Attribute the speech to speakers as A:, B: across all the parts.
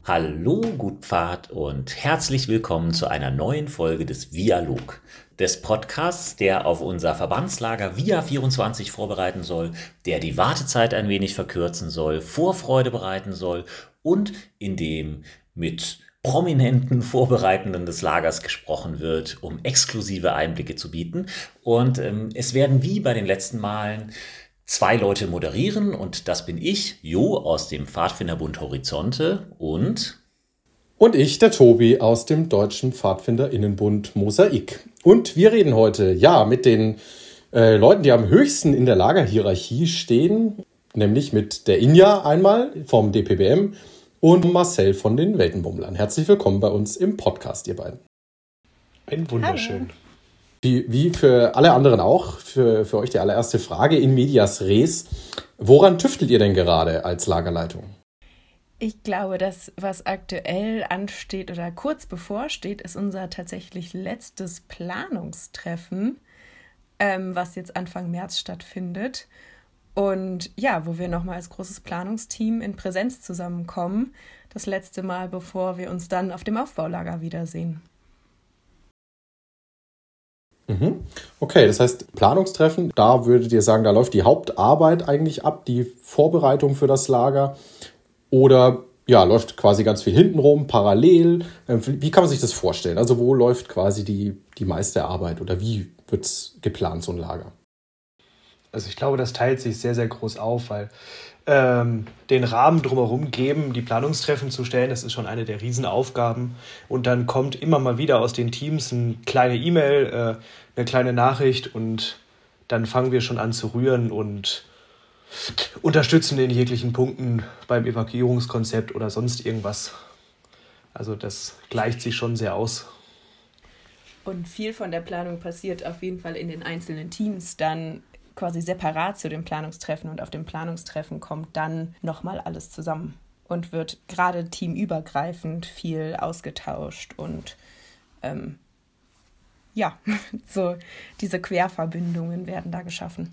A: Hallo, Gutpfad und herzlich willkommen zu einer neuen Folge des Vialog, des Podcasts, der auf unser Verbandslager Via 24 vorbereiten soll, der die Wartezeit ein wenig verkürzen soll, Vorfreude bereiten soll und in dem mit prominenten Vorbereitenden des Lagers gesprochen wird, um exklusive Einblicke zu bieten. Und es werden wie bei den letzten Malen zwei Leute moderieren und das bin ich, Jo aus dem Pfadfinderbund Horizonte
B: Und ich, der Tobi aus dem Deutschen PfadfinderInnenbund Mosaik. Und wir reden heute, mit den Leuten, die am höchsten in der Lagerhierarchie stehen, nämlich mit der Inja einmal vom DPBM und Marcel von den Weltenbummlern. Herzlich willkommen bei uns im Podcast, ihr beiden.
C: Ein wunderschön.
B: Wie für alle anderen auch, für euch die allererste Frage in medias res. Woran tüftelt ihr denn gerade als Lagerleitung?
D: Ich glaube, das, was aktuell ansteht oder kurz bevorsteht, ist unser tatsächlich letztes Planungstreffen, was jetzt Anfang März stattfindet. Und ja, wo wir nochmal als großes Planungsteam in Präsenz zusammenkommen. Das letzte Mal, bevor wir uns dann auf dem Aufbaulager wiedersehen.
B: Okay, das heißt Planungstreffen, da würdet ihr sagen, da läuft die Hauptarbeit eigentlich ab, die Vorbereitung für das Lager, oder läuft quasi ganz viel hintenrum, parallel. Wie kann man sich das vorstellen? Also wo läuft quasi die meiste Arbeit oder wie wird es geplant, so ein Lager?
C: Also ich glaube, das teilt sich sehr, sehr groß auf, weil den Rahmen drumherum geben, die Planungstreffen zu stellen, das ist schon eine der Riesenaufgaben. Und dann kommt immer mal wieder aus den Teams eine kleine E-Mail, eine kleine Nachricht und dann fangen wir schon an zu rühren und unterstützen in jeglichen Punkten beim Evakuierungskonzept oder sonst irgendwas. Also das gleicht sich schon sehr aus.
D: Und viel von der Planung passiert auf jeden Fall in den einzelnen Teams dann quasi separat zu den Planungstreffen und auf dem Planungstreffen kommt dann nochmal alles zusammen und wird gerade teamübergreifend viel ausgetauscht und so diese Querverbindungen werden da geschaffen.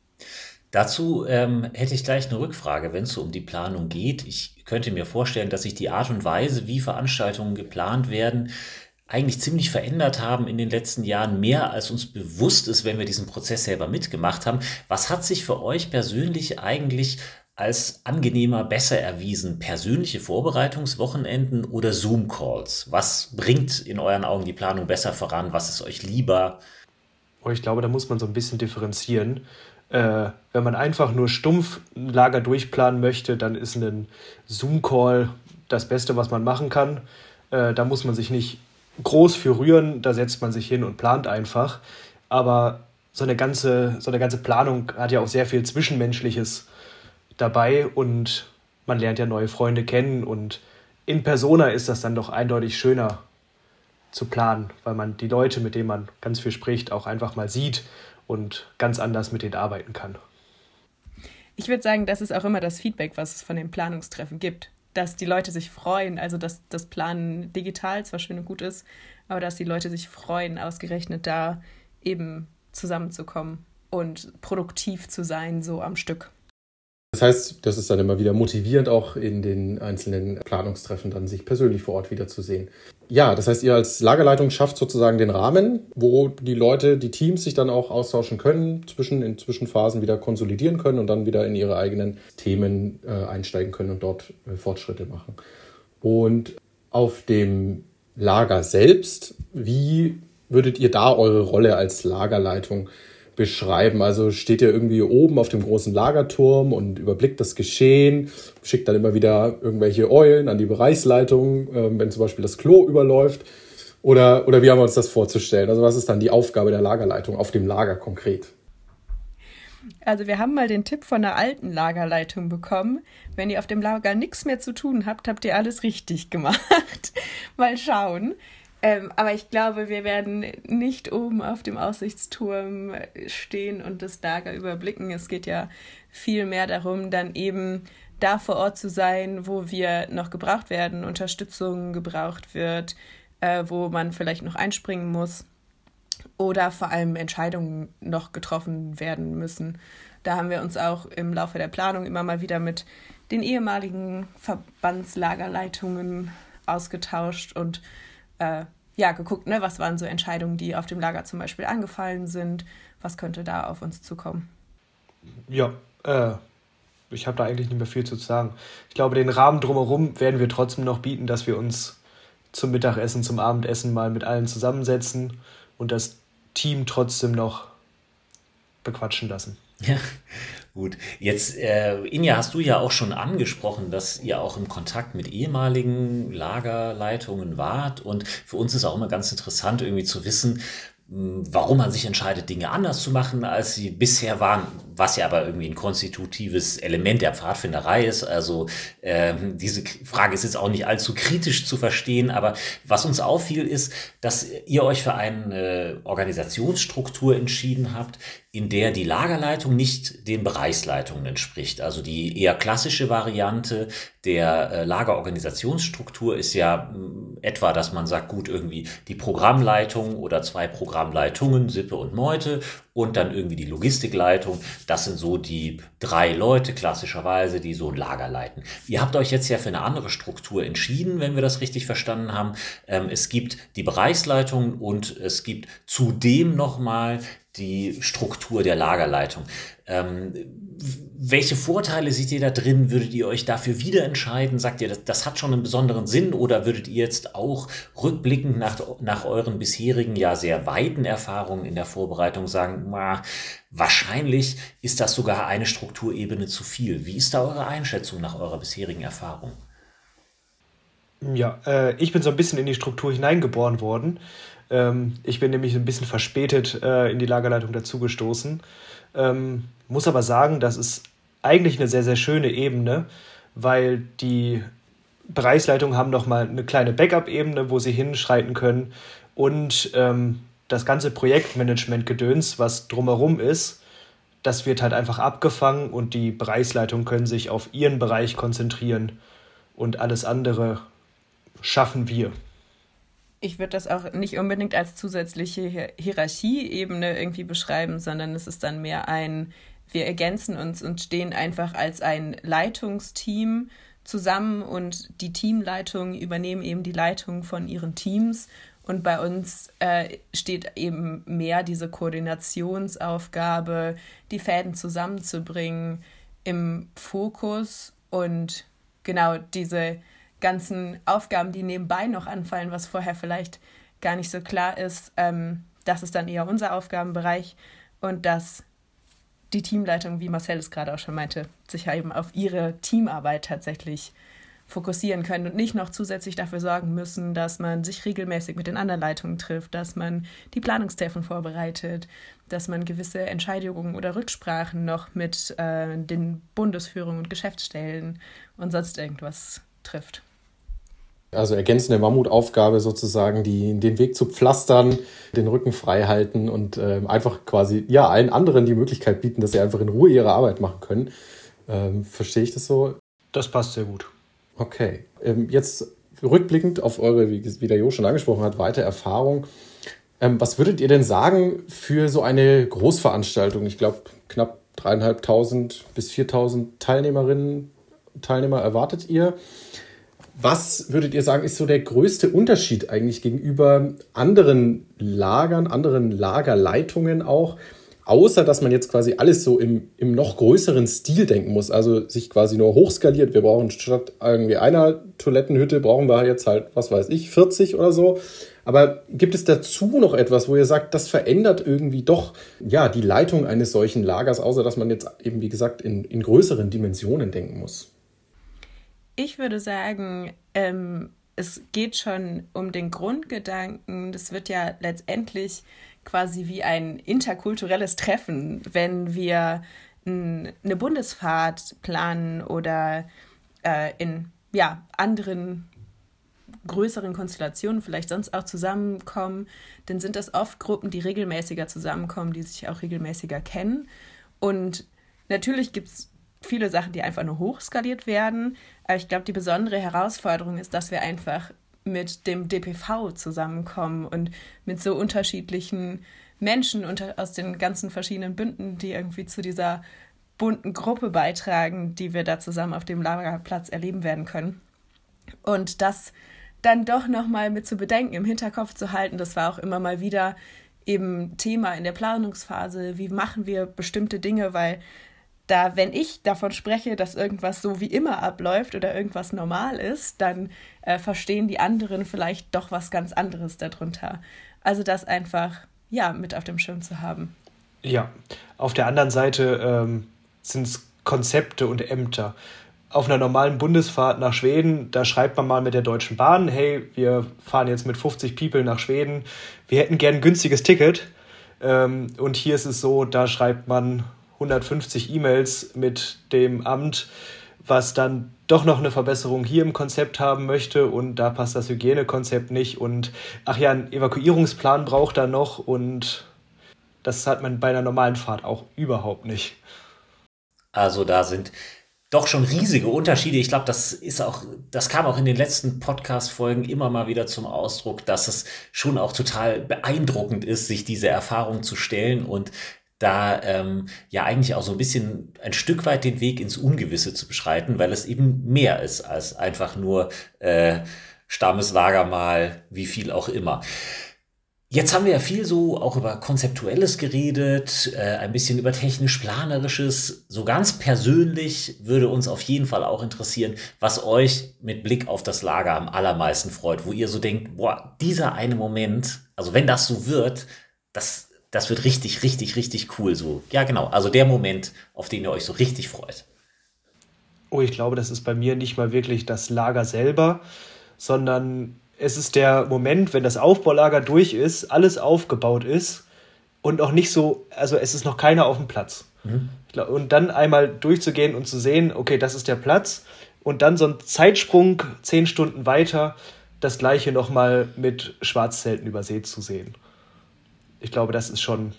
A: Dazu hätte ich gleich eine Rückfrage, wenn es so um die Planung geht. Ich könnte mir vorstellen, dass sich die Art und Weise, wie Veranstaltungen geplant werden, eigentlich ziemlich verändert haben in den letzten Jahren, mehr als uns bewusst ist, wenn wir diesen Prozess selber mitgemacht haben. Was hat sich für euch persönlich eigentlich als angenehmer, besser erwiesen? Persönliche Vorbereitungswochenenden oder Zoom-Calls? Was bringt in euren Augen die Planung besser voran? Was ist euch lieber?
C: Ich glaube, da muss man so ein bisschen differenzieren. Wenn man einfach nur stumpf ein Lager durchplanen möchte, dann ist ein Zoom-Call das Beste, was man machen kann. Da muss man sich nicht groß für rühren, da setzt man sich hin und plant einfach. Aber so eine ganze Planung hat ja auch sehr viel Zwischenmenschliches dabei und man lernt ja neue Freunde kennen und in Persona ist das dann doch eindeutig schöner zu planen, weil man die Leute, mit denen man ganz viel spricht, auch einfach mal sieht und ganz anders mit denen arbeiten kann.
D: Ich würde sagen, das ist auch immer das Feedback, was es von den Planungstreffen gibt. Dass die Leute sich freuen, also dass das Planen digital zwar schön und gut ist, aber dass die Leute sich freuen, ausgerechnet da eben zusammenzukommen und produktiv zu sein, so am Stück.
B: Das heißt, das ist dann immer wieder motivierend, auch in den einzelnen Planungstreffen dann sich persönlich vor Ort wiederzusehen. Ja, das heißt, ihr als Lagerleitung schafft sozusagen den Rahmen, wo die Leute, die Teams sich dann auch austauschen können, in Zwischenphasen wieder konsolidieren können und dann wieder in ihre eigenen Themen einsteigen können und dort Fortschritte machen. Und auf dem Lager selbst, wie würdet ihr da eure Rolle als Lagerleitung beschreiben? Also steht ihr irgendwie oben auf dem großen Lagerturm und überblickt das Geschehen, schickt dann immer wieder irgendwelche Eulen an die Bereichsleitung, wenn zum Beispiel das Klo überläuft? Oder wie haben wir uns das vorzustellen? Also was ist dann die Aufgabe der Lagerleitung auf dem Lager konkret?
D: Also wir haben mal den Tipp von der alten Lagerleitung bekommen, wenn ihr auf dem Lager nichts mehr zu tun habt, habt ihr alles richtig gemacht. Mal schauen. Aber ich glaube, wir werden nicht oben auf dem Aussichtsturm stehen und das Lager überblicken. Es geht ja viel mehr darum, dann eben da vor Ort zu sein, wo wir noch gebraucht werden, Unterstützung gebraucht wird, wo man vielleicht noch einspringen muss oder vor allem Entscheidungen noch getroffen werden müssen. Da haben wir uns auch im Laufe der Planung immer mal wieder mit den ehemaligen Verbandslagerleitungen ausgetauscht und geguckt, ne, was waren so Entscheidungen, die auf dem Lager zum Beispiel angefallen sind, was könnte da auf uns zukommen.
C: Ja, ich habe da eigentlich nicht mehr viel zu sagen. Ich glaube, den Rahmen drumherum werden wir trotzdem noch bieten, dass wir uns zum Mittagessen, zum Abendessen mal mit allen zusammensetzen und das Team trotzdem noch bequatschen lassen.
A: Ja, gut. Jetzt, Inja, hast du ja auch schon angesprochen, dass ihr auch im Kontakt mit ehemaligen Lagerleitungen wart. Und für uns ist auch immer ganz interessant, irgendwie zu wissen, warum man sich entscheidet, Dinge anders zu machen, als sie bisher waren, was ja aber irgendwie ein konstitutives Element der Pfadfinderei ist. Also diese Frage ist jetzt auch nicht allzu kritisch zu verstehen, aber was uns auffiel, ist, dass ihr euch für eine Organisationsstruktur entschieden habt, in der die Lagerleitung nicht den Bereichsleitungen entspricht. Also die eher klassische Variante der Lagerorganisationsstruktur ist ja etwa, dass man sagt, gut, irgendwie die Programmleitung oder 2 Programmleitungen, Sippe und Meute und dann irgendwie die Logistikleitung. Das sind so die 3 Leute klassischerweise, die so ein Lager leiten. Ihr habt euch jetzt ja für eine andere Struktur entschieden, wenn wir das richtig verstanden haben. Es gibt die Bereichsleitung und es gibt zudem nochmal die Struktur der Lagerleitung. Welche Vorteile seht ihr da drin? Würdet ihr euch dafür wieder entscheiden? Sagt ihr, das hat schon einen besonderen Sinn? Oder würdet ihr jetzt auch rückblickend nach euren bisherigen, ja sehr weiten Erfahrungen in der Vorbereitung sagen, wahrscheinlich ist das sogar eine Strukturebene zu viel? Wie ist da eure Einschätzung nach eurer bisherigen Erfahrung?
C: Ja, ich bin so ein bisschen in die Struktur hineingeboren worden. Ich bin nämlich ein bisschen verspätet in die Lagerleitung dazugestoßen. Muss aber sagen, das ist eigentlich eine sehr, sehr schöne Ebene, weil die Bereichsleitungen haben nochmal eine kleine Backup-Ebene, wo sie hinschreiten können und das ganze Projektmanagement-Gedöns, was drumherum ist, das wird halt einfach abgefangen und die Bereichsleitungen können sich auf ihren Bereich konzentrieren und alles andere schaffen wir.
D: Ich würde das auch nicht unbedingt als zusätzliche Hierarchieebene irgendwie beschreiben, sondern es ist dann mehr wir ergänzen uns und stehen einfach als ein Leitungsteam zusammen und die Teamleitungen übernehmen eben die Leitung von ihren Teams und bei uns steht eben mehr diese Koordinationsaufgabe, die Fäden zusammenzubringen im Fokus und genau diese ganzen Aufgaben, die nebenbei noch anfallen, was vorher vielleicht gar nicht so klar ist, das ist dann eher unser Aufgabenbereich und dass die Teamleitung, wie Marcel es gerade auch schon meinte, sich eben auf ihre Teamarbeit tatsächlich fokussieren können und nicht noch zusätzlich dafür sorgen müssen, dass man sich regelmäßig mit den anderen Leitungen trifft, dass man die Planungstreffen vorbereitet, dass man gewisse Entscheidungen oder Rücksprachen noch mit den Bundesführungen und Geschäftsstellen und sonst irgendwas trifft.
B: Also ergänzende Mammutaufgabe sozusagen, den Weg zu pflastern, den Rücken frei halten und einfach quasi allen anderen die Möglichkeit bieten, dass sie einfach in Ruhe ihre Arbeit machen können. Verstehe ich das so?
C: Das passt sehr gut.
B: Okay. Jetzt rückblickend auf eure, wie der Jo schon angesprochen hat, weite Erfahrung. Was würdet ihr denn sagen für so eine Großveranstaltung? Ich glaube, knapp 3.500 bis 4.000 Teilnehmer erwartet ihr. Was würdet ihr sagen, ist so der größte Unterschied eigentlich gegenüber anderen Lagern, anderen Lagerleitungen auch, außer dass man jetzt quasi alles so im noch größeren Stil denken muss, also sich quasi nur hochskaliert. Wir brauchen statt irgendwie einer Toilettenhütte, brauchen wir jetzt halt, was weiß ich, 40 oder so. Aber gibt es dazu noch etwas, wo ihr sagt, das verändert irgendwie doch die Leitung eines solchen Lagers, außer dass man jetzt eben, wie gesagt, in größeren Dimensionen denken muss?
D: Ich würde sagen, es geht schon um den Grundgedanken. Das wird ja letztendlich quasi wie ein interkulturelles Treffen, wenn wir eine Bundesfahrt planen oder in anderen größeren Konstellationen vielleicht sonst auch zusammenkommen, dann sind das oft Gruppen, die regelmäßiger zusammenkommen, die sich auch regelmäßiger kennen. Und natürlich gibt es viele Sachen, die einfach nur hochskaliert werden. Aber ich glaube, die besondere Herausforderung ist, dass wir einfach mit dem DPV zusammenkommen und mit so unterschiedlichen Menschen aus den ganzen verschiedenen Bünden, die irgendwie zu dieser bunten Gruppe beitragen, die wir da zusammen auf dem Lagerplatz erleben werden können. Und das dann doch nochmal mit zu bedenken, im Hinterkopf zu halten, das war auch immer mal wieder eben Thema in der Planungsphase, wie machen wir bestimmte Dinge, weil da, wenn ich davon spreche, dass irgendwas so wie immer abläuft oder irgendwas normal ist, dann verstehen die anderen vielleicht doch was ganz anderes darunter. Also das einfach, ja, mit auf dem Schirm zu haben.
C: Ja, auf der anderen Seite sind es Konzepte und Ämter. Auf einer normalen Bundesfahrt nach Schweden, da schreibt man mal mit der Deutschen Bahn, hey, wir fahren jetzt mit 50 People nach Schweden, wir hätten gern ein günstiges Ticket. Und hier ist es so, da schreibt man 150 E-Mails mit dem Amt, was dann doch noch eine Verbesserung hier im Konzept haben möchte und da passt das Hygienekonzept nicht und ach ja, ein Evakuierungsplan braucht er noch und das hat man bei einer normalen Fahrt auch überhaupt nicht.
A: Also da sind doch schon riesige Unterschiede. Ich glaube, das kam auch in den letzten Podcast-Folgen immer mal wieder zum Ausdruck, dass es schon auch total beeindruckend ist, sich diese Erfahrung zu stellen und da ja eigentlich auch so ein bisschen ein Stück weit den Weg ins Ungewisse zu beschreiten, weil es eben mehr ist als einfach nur Stammeslager mal, wie viel auch immer. Jetzt haben wir ja viel so auch über Konzeptuelles geredet, ein bisschen über technisch-planerisches. So ganz persönlich würde uns auf jeden Fall auch interessieren, was euch mit Blick auf das Lager am allermeisten freut, wo ihr so denkt, boah, dieser eine Moment, also wenn das so wird, das wird richtig, richtig, richtig cool. So, ja, genau. Also der Moment, auf den ihr euch so richtig freut.
C: Oh, ich glaube, das ist bei mir nicht mal wirklich das Lager selber, sondern es ist der Moment, wenn das Aufbaulager durch ist, alles aufgebaut ist und noch nicht so, also es ist noch keiner auf dem Platz. Mhm. Und dann einmal durchzugehen und zu sehen, okay, das ist der Platz und dann so ein Zeitsprung 10 Stunden weiter, das Gleiche nochmal mit Schwarzzelten übersät zu sehen. Ich glaube, das ist schon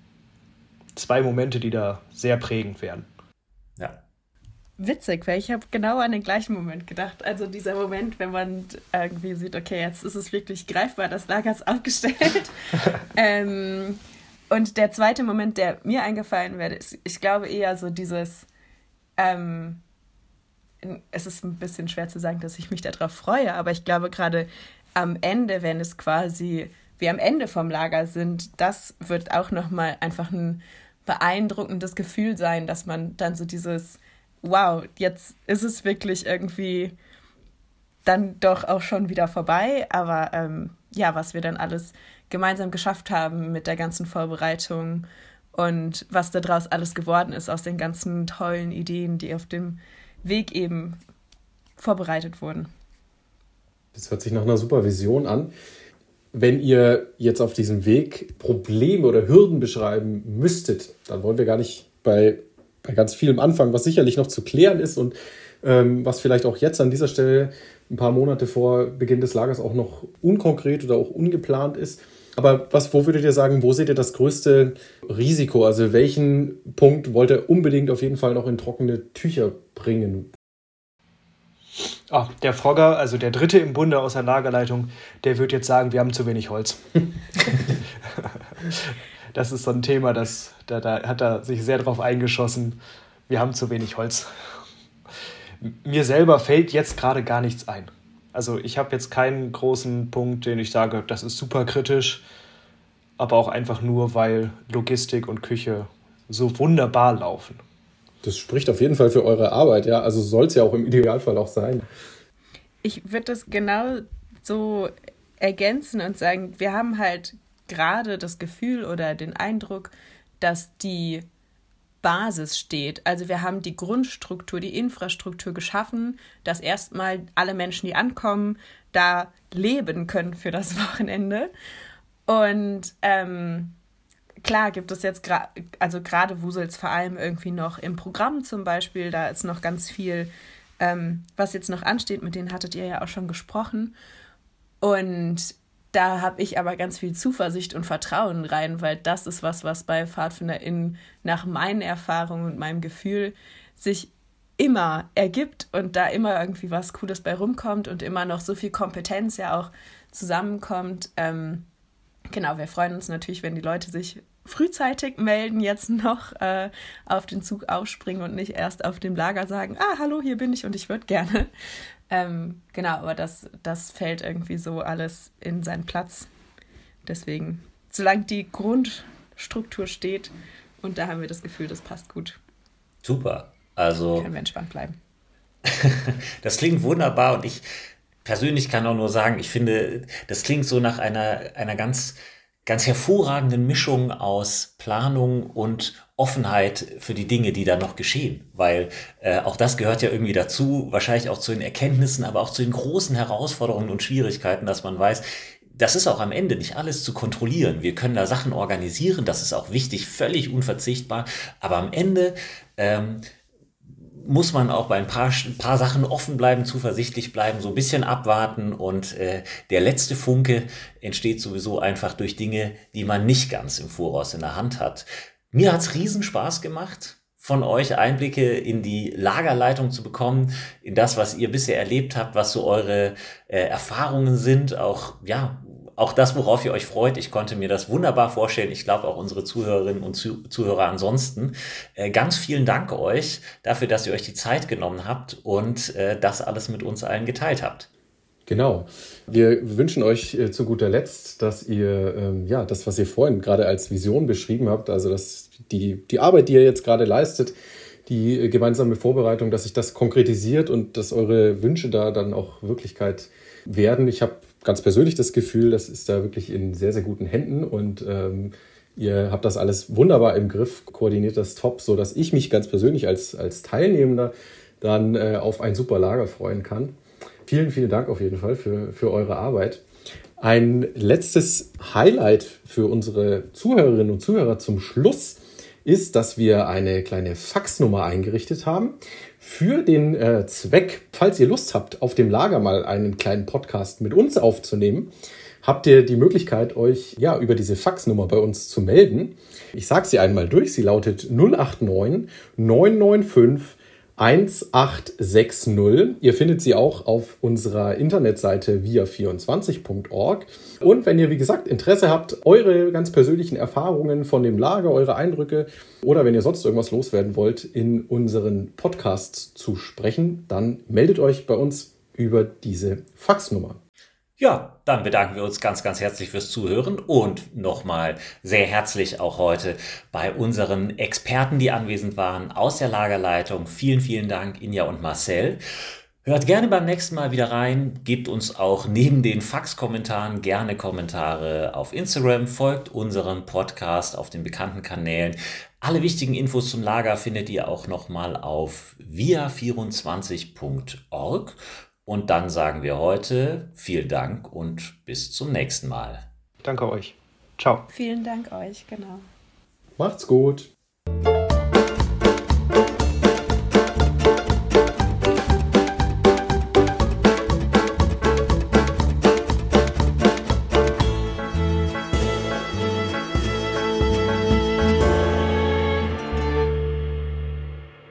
C: 2 Momente, die da sehr prägend wären.
A: Ja.
D: Witzig, weil ich habe genau an den gleichen Moment gedacht. Also dieser Moment, wenn man irgendwie sieht, okay, jetzt ist es wirklich greifbar, das Lager ist aufgestellt. Und der zweite Moment, der mir eingefallen wäre, ist, ich glaube eher so dieses, es ist ein bisschen schwer zu sagen, dass ich mich darauf freue, aber ich glaube gerade am Ende, wenn es quasi wir am Ende vom Lager sind, das wird auch nochmal einfach ein beeindruckendes Gefühl sein, dass man dann so dieses wow, jetzt ist es wirklich irgendwie dann doch auch schon wieder vorbei, aber ja, was wir dann alles gemeinsam geschafft haben mit der ganzen Vorbereitung und was daraus alles geworden ist aus den ganzen tollen Ideen, die auf dem Weg eben vorbereitet wurden.
B: Das hört sich nach einer super Vision an. Wenn ihr jetzt auf diesem Weg Probleme oder Hürden beschreiben müsstet, dann wollen wir gar nicht bei ganz vielem anfangen, was sicherlich noch zu klären ist und was vielleicht auch jetzt an dieser Stelle ein paar Monate vor Beginn des Lagers auch noch unkonkret oder auch ungeplant ist. Aber wo würdet ihr sagen, wo seht ihr das größte Risiko? Also welchen Punkt wollt ihr unbedingt auf jeden Fall noch in trockene Tücher bringen?
C: Der Frogger, also der Dritte im Bunde aus der Lagerleitung, der wird jetzt sagen, wir haben zu wenig Holz. Das ist so ein Thema, da hat er sich sehr drauf eingeschossen. Wir haben zu wenig Holz. Mir selber fällt jetzt gerade gar nichts ein. Also ich habe jetzt keinen großen Punkt, den ich sage, das ist super kritisch, aber auch einfach nur, weil Logistik und Küche so wunderbar laufen.
B: Das spricht auf jeden Fall für eure Arbeit, ja. Also soll es ja auch im Idealfall auch sein.
D: Ich würde das genau so ergänzen und sagen, wir haben halt gerade das Gefühl oder den Eindruck, dass die Basis steht. Also wir haben die Grundstruktur, die Infrastruktur geschaffen, dass erstmal alle Menschen, die ankommen, da leben können für das Wochenende. Und klar gibt es jetzt gerade wuselt es vor allem irgendwie noch im Programm zum Beispiel, da ist noch ganz viel, was jetzt noch ansteht, mit denen hattet ihr ja auch schon gesprochen. Und da habe ich aber ganz viel Zuversicht und Vertrauen rein, weil das ist was bei PfadfinderInnen nach meinen Erfahrungen und meinem Gefühl sich immer ergibt und da immer irgendwie was Cooles bei rumkommt und immer noch so viel Kompetenz ja auch zusammenkommt. Genau, wir freuen uns natürlich, wenn die Leute sich frühzeitig melden, jetzt noch auf den Zug aufspringen und nicht erst auf dem Lager sagen, hallo, hier bin ich und ich würde gerne. Genau, aber das fällt irgendwie so alles in seinen Platz. Deswegen, solange die Grundstruktur steht und da haben wir das Gefühl, das passt gut.
A: Super. Also
D: können wir entspannt bleiben.
A: Das klingt wunderbar und ich persönlich kann auch nur sagen, ich finde, das klingt so nach einer ganz, ganz hervorragenden Mischung aus Planung und Offenheit für die Dinge, die da noch geschehen. Weil auch das gehört ja irgendwie dazu, wahrscheinlich auch zu den Erkenntnissen, aber auch zu den großen Herausforderungen und Schwierigkeiten, dass man weiß, das ist auch am Ende nicht alles zu kontrollieren. Wir können da Sachen organisieren, das ist auch wichtig, völlig unverzichtbar. Aber am Ende muss man auch bei ein paar Sachen offen bleiben, zuversichtlich bleiben, so ein bisschen abwarten und der letzte Funke entsteht sowieso einfach durch Dinge, die man nicht ganz im Voraus in der Hand hat. Mir hat's riesen Spaß gemacht, von euch Einblicke in die Lagerleitung zu bekommen, in das, was ihr bisher erlebt habt, was so eure Erfahrungen sind, auch das, worauf ihr euch freut. Ich konnte mir das wunderbar vorstellen. Ich glaube auch unsere Zuhörerinnen und Zuhörer ansonsten. Ganz vielen Dank euch dafür, dass ihr euch die Zeit genommen habt und das alles mit uns allen geteilt habt.
B: Genau. Wir wünschen euch zu guter Letzt, dass ihr das, was ihr vorhin gerade als Vision beschrieben habt, also dass die Arbeit, die ihr jetzt gerade leistet, die gemeinsame Vorbereitung, dass sich das konkretisiert und dass eure Wünsche da dann auch Wirklichkeit werden. Ich habe ganz persönlich das Gefühl, das ist da wirklich in sehr, sehr guten Händen und ihr habt das alles wunderbar im Griff, koordiniert das top, sodass ich mich ganz persönlich als Teilnehmender dann auf ein super Lager freuen kann. Vielen, vielen Dank auf jeden Fall für eure Arbeit. Ein letztes Highlight für unsere Zuhörerinnen und Zuhörer zum Schluss ist, dass wir eine kleine Faxnummer eingerichtet haben für den Zweck, falls ihr Lust habt, auf dem Lager mal einen kleinen Podcast mit uns aufzunehmen, habt ihr die Möglichkeit, euch über diese Faxnummer bei uns zu melden. Ich sage sie einmal durch, sie lautet 089 995 1860. Ihr findet sie auch auf unserer Internetseite via24.org. Und wenn ihr, wie gesagt, Interesse habt, eure ganz persönlichen Erfahrungen von dem Lager, eure Eindrücke oder wenn ihr sonst irgendwas loswerden wollt, in unseren Podcasts zu sprechen, dann meldet euch bei uns über diese Faxnummer.
A: Ja, dann bedanken wir uns ganz, ganz herzlich fürs Zuhören und nochmal sehr herzlich auch heute bei unseren Experten, die anwesend waren aus der Lagerleitung. Vielen, vielen Dank, Inja und Marcel. Hört gerne beim nächsten Mal wieder rein, gebt uns auch neben den Faxkommentaren gerne Kommentare auf Instagram, folgt unserem Podcast auf den bekannten Kanälen. Alle wichtigen Infos zum Lager findet ihr auch nochmal auf via24.org. Und dann sagen wir heute vielen Dank und bis zum nächsten Mal.
C: Danke euch. Ciao.
D: Vielen Dank euch, genau.
B: Macht's gut.